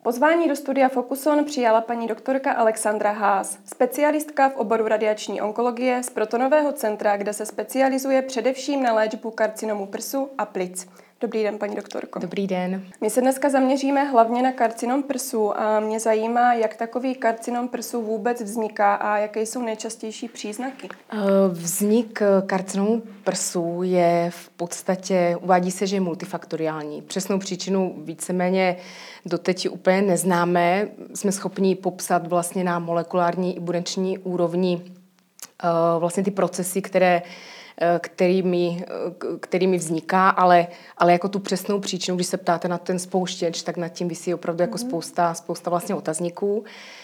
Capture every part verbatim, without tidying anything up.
Pozvání do studia Focuson přijala paní doktorka Alexandra Haas, specialistka v oboru radiační onkologie z Protonového centra, kde se specializuje především na léčbu karcinomu prsu a plic. Dobrý den, paní doktorko. Dobrý den. My se dneska zaměříme hlavně na karcinom prsu a mě zajímá, jak takový karcinom prsu vůbec vzniká a jaké jsou nejčastější příznaky. Vznik karcinomu prsu je v podstatě, uvádí se, že je multifaktoriální. Přesnou příčinu víceméně doteď úplně neznáme. Jsme schopni popsat vlastně na molekulární i buněční úrovni vlastně ty procesy, které Kterými, kterými vzniká, ale, ale jako tu přesnou příčinu, když se ptáte na ten spouštěč, tak nad tím visí opravdu jako mm-hmm. spousta, spousta vlastně otazníků.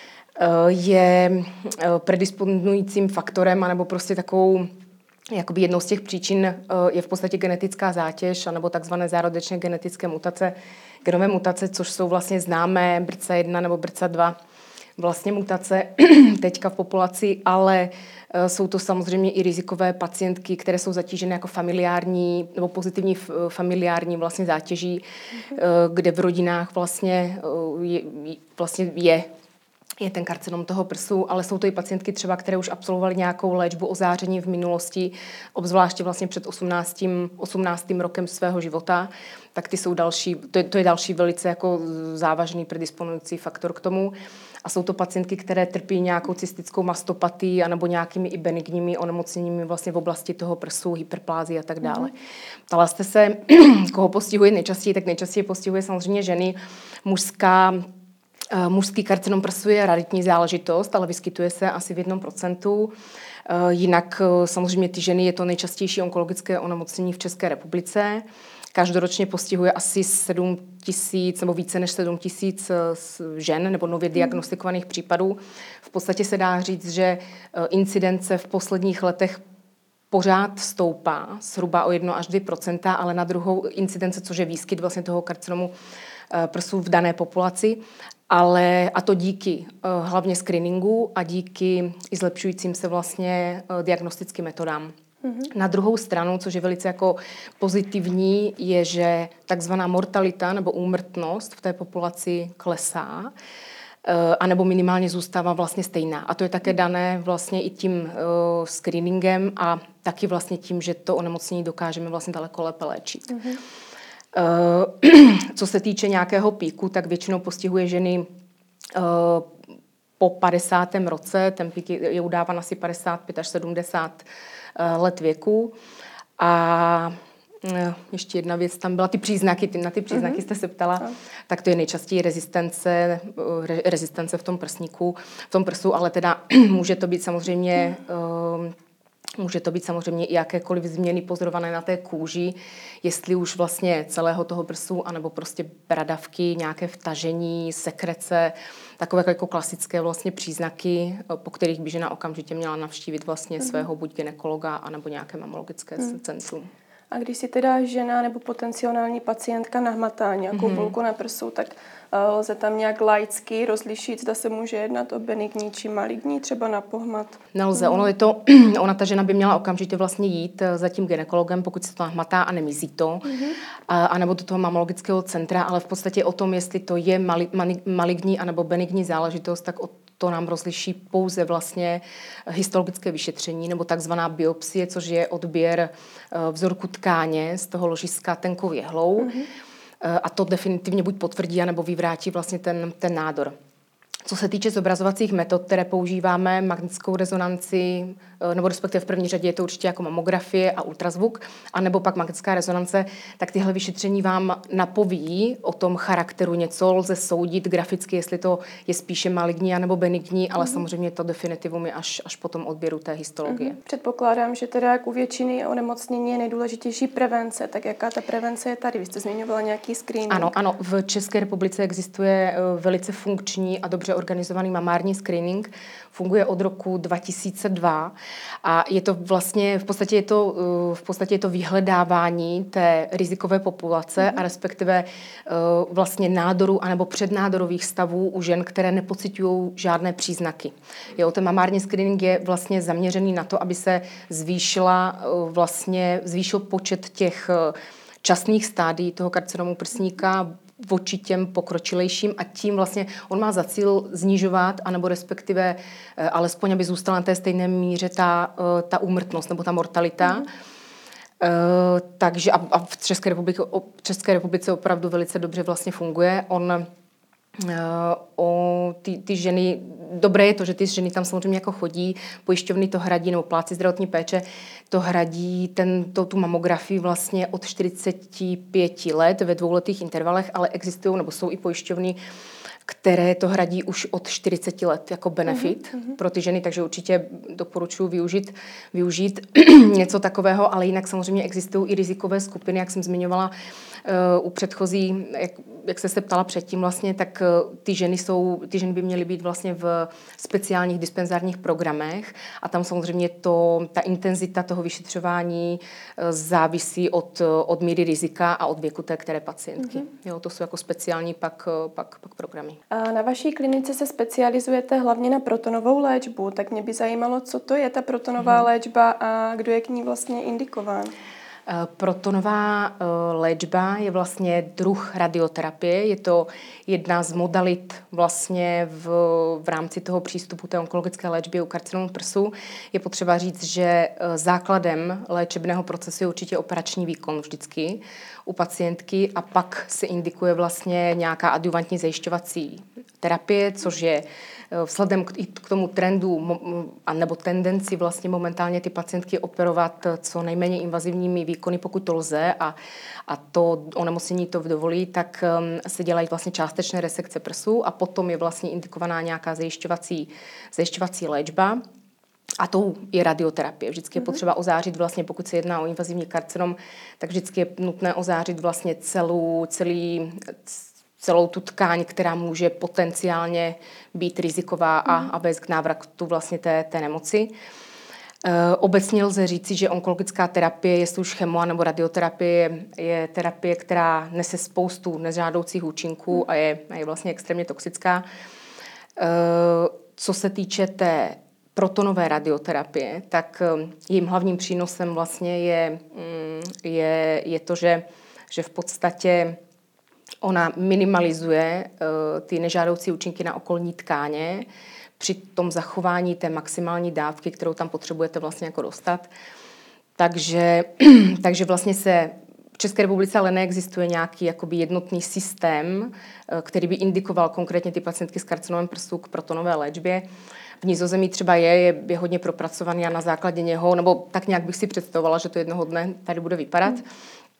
Je predisponujícím faktorem, anebo prostě takovou, jakoby jednou z těch příčin je v podstatě genetická zátěž, anebo takzvané zárodečné genetické mutace, genové mutace, což jsou vlastně známé B R C A jedna nebo B R C A dva vlastně mutace teďka v populaci, ale jsou to samozřejmě i rizikové pacientky, které jsou zatížené jako familiární nebo pozitivní familiární vlastně zátěží, mm-hmm. kde v rodinách vlastně je, vlastně je, je ten karcinom toho prsu, ale jsou to i pacientky třeba, které už absolvovaly nějakou léčbu ozáření v minulosti, obzvláště vlastně před osmnáctým, osmnáctým rokem svého života, tak ty jsou další, to je, to je další velice jako závažný predisponující faktor k tomu. A jsou to pacientky, které trpí nějakou cystickou mastopatii anebo nějakými i benigními onemocněními vlastně v oblasti toho prsu, hyperplázii a tak dále. Ptala jste se, koho postihuje nejčastěji, tak nejčastěji postihuje samozřejmě ženy. Mužská, uh, mužský karcinom prsu je raritní záležitost, ale vyskytuje se asi v jednom procentu. Uh, jinak uh, samozřejmě ty ženy je to nejčastější onkologické onemocnění v České republice. Každoročně postihuje asi sedm tisíc nebo více než sedm tisíc žen nebo nově diagnostikovaných případů. V podstatě se dá říct, že incidence v posledních letech pořád stoupá, zhruba o jedno až dvě procenta, ale na druhou incidence, což je výskyt vlastně toho karcinomu prsu v dané populaci. Ale a to díky uh, hlavně screeningu a díky i zlepšujícím se vlastně uh, diagnostickým metodám. Mm-hmm. Na druhou stranu, což je velice jako pozitivní, je, že takzvaná mortalita nebo úmrtnost v té populaci klesá, uh, anebo minimálně zůstává vlastně stejná. A to je také dané vlastně i tím uh, screeningem a taky vlastně tím, že to onemocnění dokážeme vlastně daleko lépe léčit. Mm-hmm. Co se týče nějakého píku, tak většinou postihuje ženy po padesátém roce. Ten pík je udáván asi padesát pět až sedmdesát let věku. A ještě jedna věc, tam byla ty příznaky, ty, na ty příznaky mm-hmm. jste se ptala, no. Tak to je nejčastěji rezistence, re, rezistence v tom prsníku, v tom prsu, ale teda může to být samozřejmě... Mm. Může to být samozřejmě i jakékoliv změny pozorované na té kůži, jestli už vlastně celého toho prsu, anebo prostě bradavky, nějaké vtažení, sekrece, takové jako klasické vlastně příznaky, po kterých by žena okamžitě měla navštívit vlastně svého buď gynekologa, anebo nějaké mamologické hmm. centrum. A když si teda žena nebo potenciální pacientka nahmatá nějakou mm-hmm. bulku na prsu, tak uh, lze tam nějak laicky rozlišit, zda se může jednat o benigní či maligní, třeba na pohmat? Nelze. Mm. Ono je to, ona ta žena by měla okamžitě vlastně jít za tím gynekologem, pokud se to nahmatá a nemizí to, mm-hmm. a, anebo do toho mamologického centra, ale v podstatě o tom, jestli to je mali, mali, maligní anebo benigní záležitost, tak o to nám rozliší pouze vlastně histologické vyšetření nebo takzvaná biopsie, což je odběr vzorku tkáně z toho ložiska tenkou jehlou. Mm-hmm. A to definitivně buď potvrdí, nebo vyvrátí vlastně ten, ten nádor. Co se týče zobrazovacích metod, které používáme, magnetickou rezonanci, nebo respektive v první řadě je to určitě jako mamografie a ultrazvuk, anebo pak magnetická rezonance, tak tyhle vyšetření vám napoví o tom charakteru něco, lze soudit graficky, jestli to je spíše maligní anebo benigní, ale mm-hmm. samozřejmě to definitivum je až, až po tom odběru té histologie. Mm-hmm. Předpokládám, že teda jak u většiny onemocnění je nejdůležitější prevence, tak jaká ta prevence je tady? Vy jste zmiňovala nějaký screening. Ano, ano, v České republice existuje velice funkční a dobře organizovaný mamární screening. Funguje od roku dva tisíce dva a je to vlastně, v podstatě je to, v podstatě je to vyhledávání té rizikové populace mm-hmm. a respektive vlastně nádoru anebo přednádorových stavů u žen, které nepociťují žádné příznaky. Jo, ten mamární screening je vlastně zaměřený na to, aby se zvýšila vlastně, zvýšil počet těch časných stádií toho karcinomu prsníka, voči těm pokročilejším a tím vlastně on má za cíl znižovat, anebo respektive alespoň, aby zůstala na té stejné míře ta, ta úmrtnost nebo ta mortalita. Mm. Uh, takže a, a v České republice, v České republice opravdu velice dobře vlastně funguje. On uh, o ty, ty ženy, dobré je to, že ty ženy tam samozřejmě jako chodí, pojišťovny to hradí, nebo pláci zdravotní péče to hradí ten, to, tu mamografii vlastně od čtyřicet pět let ve dvouletých intervalech, ale existují, nebo jsou i pojišťovny, které to hradí už od čtyřicet let jako benefit uh-huh. pro ty ženy, takže určitě doporučuji využít, využít něco takového, ale jinak samozřejmě existují i rizikové skupiny, jak jsem zmiňovala uh, u předchozí, jak, jak se se ptala předtím vlastně, tak uh, ty ženy jsou, ty ženy by měly být vlastně v speciálních dispenzárních programech a tam samozřejmě to, ta intenzita toho vyšetřování uh, závisí od, od míry rizika a od věku té které pacientky. Uh-huh. Jo, to jsou jako speciální pak, pak, pak programy. A na vaší klinice se specializujete hlavně na protonovou léčbu, tak mě by zajímalo, co to je ta protonová hmm. léčba a kdo je k ní vlastně indikován. Protonová léčba je vlastně druh radioterapie, je to jedna z modalit vlastně v, v rámci toho přístupu té onkologické léčby u karcinomu prsu. Je potřeba říct, že základem léčebného procesu je určitě operační výkon vždycky u pacientky a pak se indikuje vlastně nějaká adjuvantní zajišťovací terapie, což je vzhledem k tomu trendu a nebo tendenci vlastně momentálně ty pacientky operovat co nejméně invazivními výkony, pokud to lze a, a to onemocnění to dovolí, tak se dělají vlastně částečné resekce prsu a potom je vlastně indikovaná nějaká zajišťovací, zajišťovací léčba. A to je radioterapie. Vždycky je potřeba ozářit vlastně, pokud se jedná o invazivní karcinom, tak vždycky je nutné ozářit vlastně celou, celý, celou tu tkáň, která může potenciálně být riziková a, a vést k návratu vlastně té, té nemoci. E, obecně lze říci, že onkologická terapie, jestli už chemo nebo radioterapie, je terapie, která nese spoustu nežádoucích účinků a je, a je vlastně extrémně toxická. E, co se týče té protonové radioterapie, tak jejím hlavním přínosem vlastně je, je, je to, že, že v podstatě ona minimalizuje uh, ty nežádoucí účinky na okolní tkáně při tom zachování té maximální dávky, kterou tam potřebujete vlastně jako dostat. Takže, takže vlastně se v České republice ale neexistuje nějaký jakoby jednotný systém, který by indikoval konkrétně ty pacientky s karcinomem prsu k protonové léčbě. V Nizozemí třeba je, je, je hodně propracovaný a na základě něho, nebo tak nějak bych si představovala, že to jednoho dne tady bude vypadat. Hmm.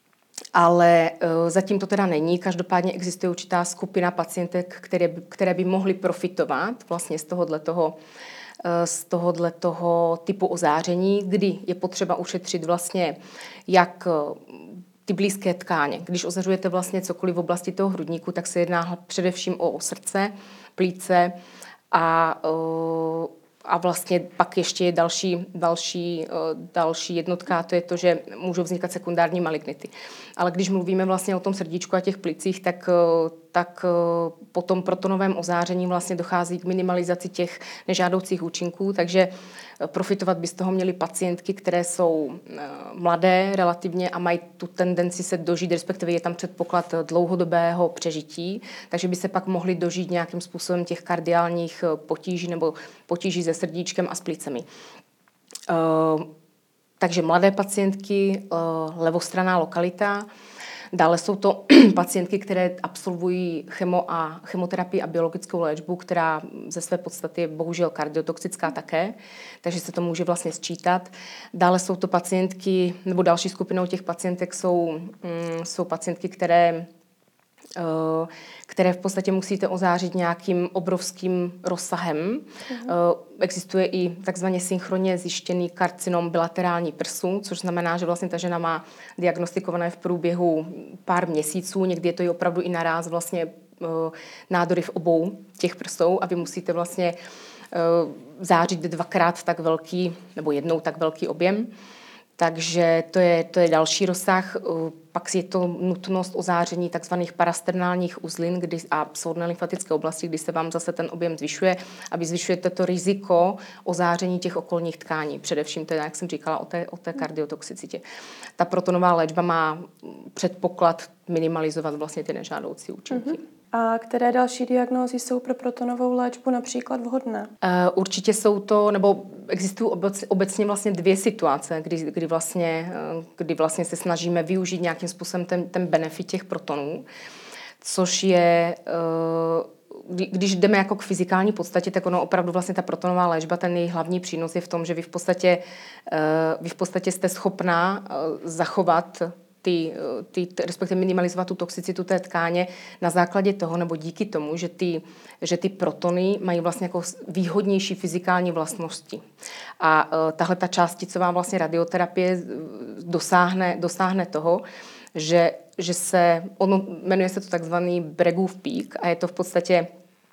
Ale uh, zatím to teda není. Každopádně existuje určitá skupina pacientek, které by, které by mohly profitovat vlastně z tohohletoho, uh, z tohohletoho typu ozáření, kdy je potřeba ušetřit vlastně jak uh, ty blízké tkáně. Když ozařujete vlastně cokoliv v oblasti toho hrudníku, tak se jedná především o srdce, plíce a uh, A vlastně pak ještě je další, další, další jednotka, to je to, že můžou vznikat sekundární malignity. Ale když mluvíme vlastně o tom srdíčku a těch plicích, tak, tak po tom protonovém ozáření vlastně dochází k minimalizaci těch nežádoucích účinků, takže profitovat by z toho měly pacientky, které jsou mladé relativně a mají tu tendenci se dožít, respektive je tam předpoklad dlouhodobého přežití, takže by se pak mohly dožít nějakým způsobem těch kardiálních potíží nebo potíží se srdíčkem a s plicemi. Uh, takže mladé pacientky, uh, levostranná lokalita. Dále jsou to pacientky, které absolvují chemo a chemoterapii a biologickou léčbu, která ze své podstaty je bohužel kardiotoxická také, takže se to může vlastně sčítat. Dále jsou to pacientky, nebo další skupinou těch pacientek jsou, um, jsou pacientky, které které v podstatě musíte ozářit nějakým obrovským rozsahem. Mhm. Existuje i takzvaně synchronně zjištěný karcinom bilaterální prsu, což znamená, že vlastně ta žena má diagnostikované v průběhu pár měsíců, někdy je to i opravdu i naráz vlastně nádory v obou těch prsou a vy musíte vlastně zářit dvakrát tak velký, nebo jednou tak velký objem. Takže to je, to je další rozsah. Pak je to nutnost ozáření tzv. Parasternálních uzlin kdy, a soudné lymfatické oblasti, kdy se vám zase ten objem zvyšuje a vy zvyšujete to riziko ozáření těch okolních tkání. Především to je, jak jsem říkala, o té, o té kardiotoxicitě. Ta protonová léčba má předpoklad minimalizovat vlastně ty nežádoucí účinky. Mm-hmm. A které další diagnózy jsou pro protonovou léčbu například vhodné? Určitě jsou to, nebo existují obecně vlastně dvě situace, kdy, kdy, vlastně, kdy vlastně se snažíme využít nějakým způsobem ten, ten benefit těch protonů, což je, když jdeme jako k fyzikální podstatě, tak ono opravdu vlastně ta protonová léčba, ten její hlavní přínos je v tom, že vy v podstatě, vy v podstatě jste schopná zachovat Ty, ty, respektive minimalizovat tu toxicitu té tkáně na základě toho, nebo díky tomu, že ty, že ty protony mají vlastně jako výhodnější fyzikální vlastnosti. A uh, tahle ta částicová vlastně radioterapie dosáhne, dosáhne toho, že, že se, ono jmenuje se to takzvaný Bregův pík a je to v podstatě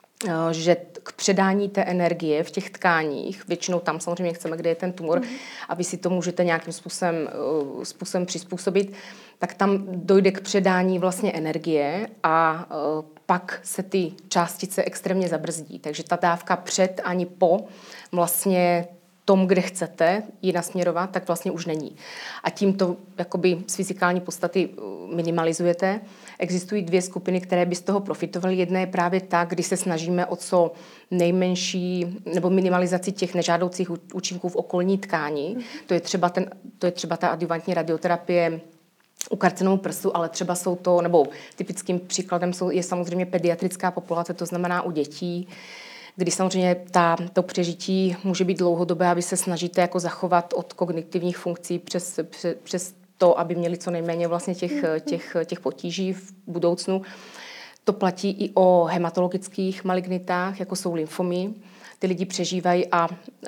že k předání té energie v těch tkáních, většinou tam samozřejmě chceme, kde je ten tumor, mm. a vy si to můžete nějakým způsobem, způsobem přizpůsobit, tak tam dojde k předání vlastně energie a pak se ty částice extrémně zabrzdí. Takže ta dávka před ani po vlastně tom, kde chcete ji nasměrovat, tak vlastně už není. A tím to jakoby z fyzikální podstaty minimalizujete. Existují dvě skupiny, které by z toho profitovaly. Jedna je právě ta, kdy se snažíme o co nejmenší nebo minimalizaci těch nežádoucích účinků v okolní tkání. Mm. To je třeba, ten, to je třeba ta adjuvantní radioterapie u karcinomu prsu, ale třeba jsou to, nebo typickým příkladem jsou, je samozřejmě pediatrická populace, to znamená u dětí, kdy samozřejmě ta, to přežití může být dlouhodobé a vy se snažíte jako zachovat od kognitivních funkcí přes, přes, přes to, aby měli co nejméně vlastně těch, těch, těch potíží v budoucnu. To platí i o hematologických malignitách, jako jsou lymfomy. Ty lidi přežívají a,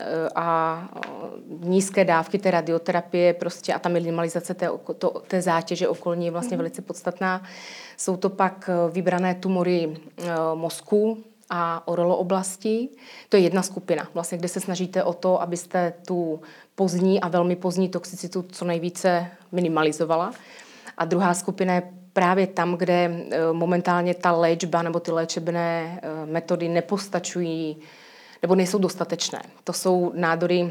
a nízké dávky té radioterapie prostě a ta minimalizace té, to, té zátěže okolní je vlastně velice podstatná. Jsou to pak vybrané tumory mozku a orelo oblasti. To je jedna skupina, vlastně, kde se snažíte o to, abyste tu pozdní a velmi pozdní toxicitu co nejvíce minimalizovala. A druhá skupina je právě tam, kde momentálně ta léčba nebo ty léčebné metody nepostačují nebo nejsou dostatečné. To jsou nádory,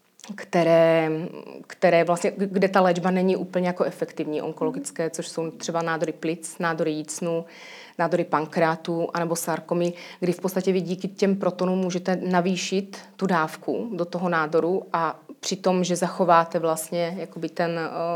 které, které vlastně, kde ta léčba není úplně jako efektivní onkologické, což jsou třeba nádory plic, nádory jícnu, nádory pankreatu anebo sarkomy, kdy v podstatě vy díky těm protonům můžete navýšit tu dávku do toho nádoru a při tom, že zachováte vlastně jakoby ten,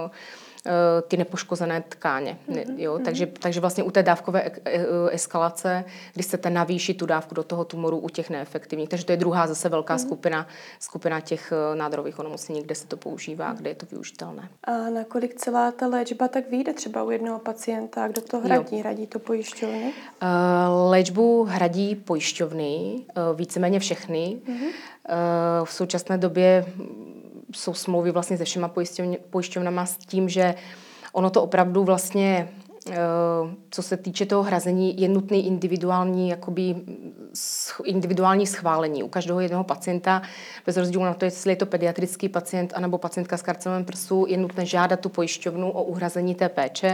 ty nepoškozené tkáně. Mm-hmm. Jo? Takže, takže vlastně u té dávkové eskalace, když chcete navýšit tu dávku do toho tumoru u těch neefektivních. Takže to je druhá zase velká mm-hmm. skupina, skupina těch nádorových onemocnění, kde se to používá, kde je to využitelné. A nakolik celá ta léčba tak vyjde třeba u jednoho pacienta? Kdo to hradí? Jo. Hradí to pojišťovny? Uh, léčbu hradí pojišťovny, uh, víceméně všechny. Mm-hmm. Uh, v současné době jsou smlouvy vlastně se všema pojišťovnama s tím, že ono to opravdu vlastně, co se týče toho hrazení, je nutný individuální, jakoby, individuální schválení u každého jednoho pacienta. Bez rozdílu na to, jestli je to pediatrický pacient anebo pacientka s karcinomem prsu, je nutné žádat tu pojišťovnu o uhrazení té péče.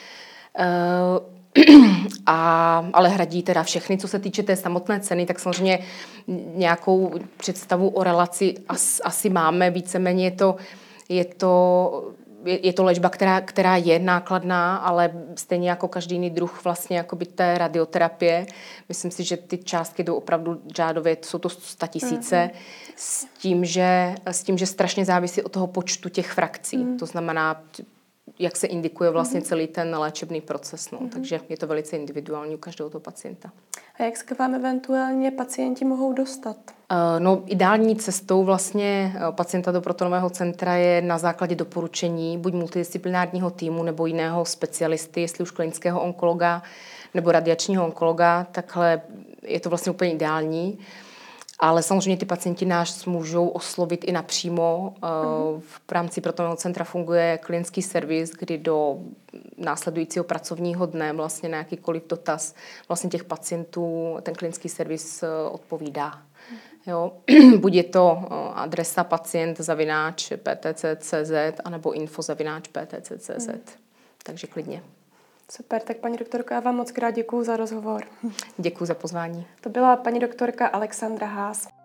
A, ale hradí teda všechny. Co se týče té samotné ceny, tak samozřejmě nějakou představu o relaci as, asi máme. Víceméně je to, je to, je, je to léčba, která, která je nákladná, ale stejně jako každý jiný druh vlastně jakoby té radioterapie. Myslím si, že ty částky jdou opravdu řádově, jsou to statisíce, mm. s tím, že, s tím, že strašně závisí od toho počtu těch frakcí. Mm. To znamená, jak se indikuje vlastně celý ten léčebný proces. No. Mm-hmm. Takže je to velice individuální u každého toho pacienta. A jak se k vám eventuálně pacienti mohou dostat? Uh, no, ideální cestou vlastně pacienta do protonového centra je na základě doporučení buď multidisciplinárního týmu nebo jiného specialisty, jestli už klinického onkologa nebo radiačního onkologa, takhle je to vlastně úplně ideální. Ale samozřejmě ty pacienti nás můžou oslovit i napřímo. Uh-huh. V rámci protonového centra funguje klinický servis, kdy do následujícího pracovního dne vlastně na jakýkoliv dotaz vlastně těch pacientů ten klinický servis odpovídá. Uh-huh. Jo? Buď je to adresa pacient zavináč p t c tečka c z anebo info zavináč p t c tečka c z. Hmm. Takže klidně. Super, tak paní doktorko, já vám moc krát děkuju za rozhovor. Děkuju za pozvání. To byla paní doktorka Alexandra Haas.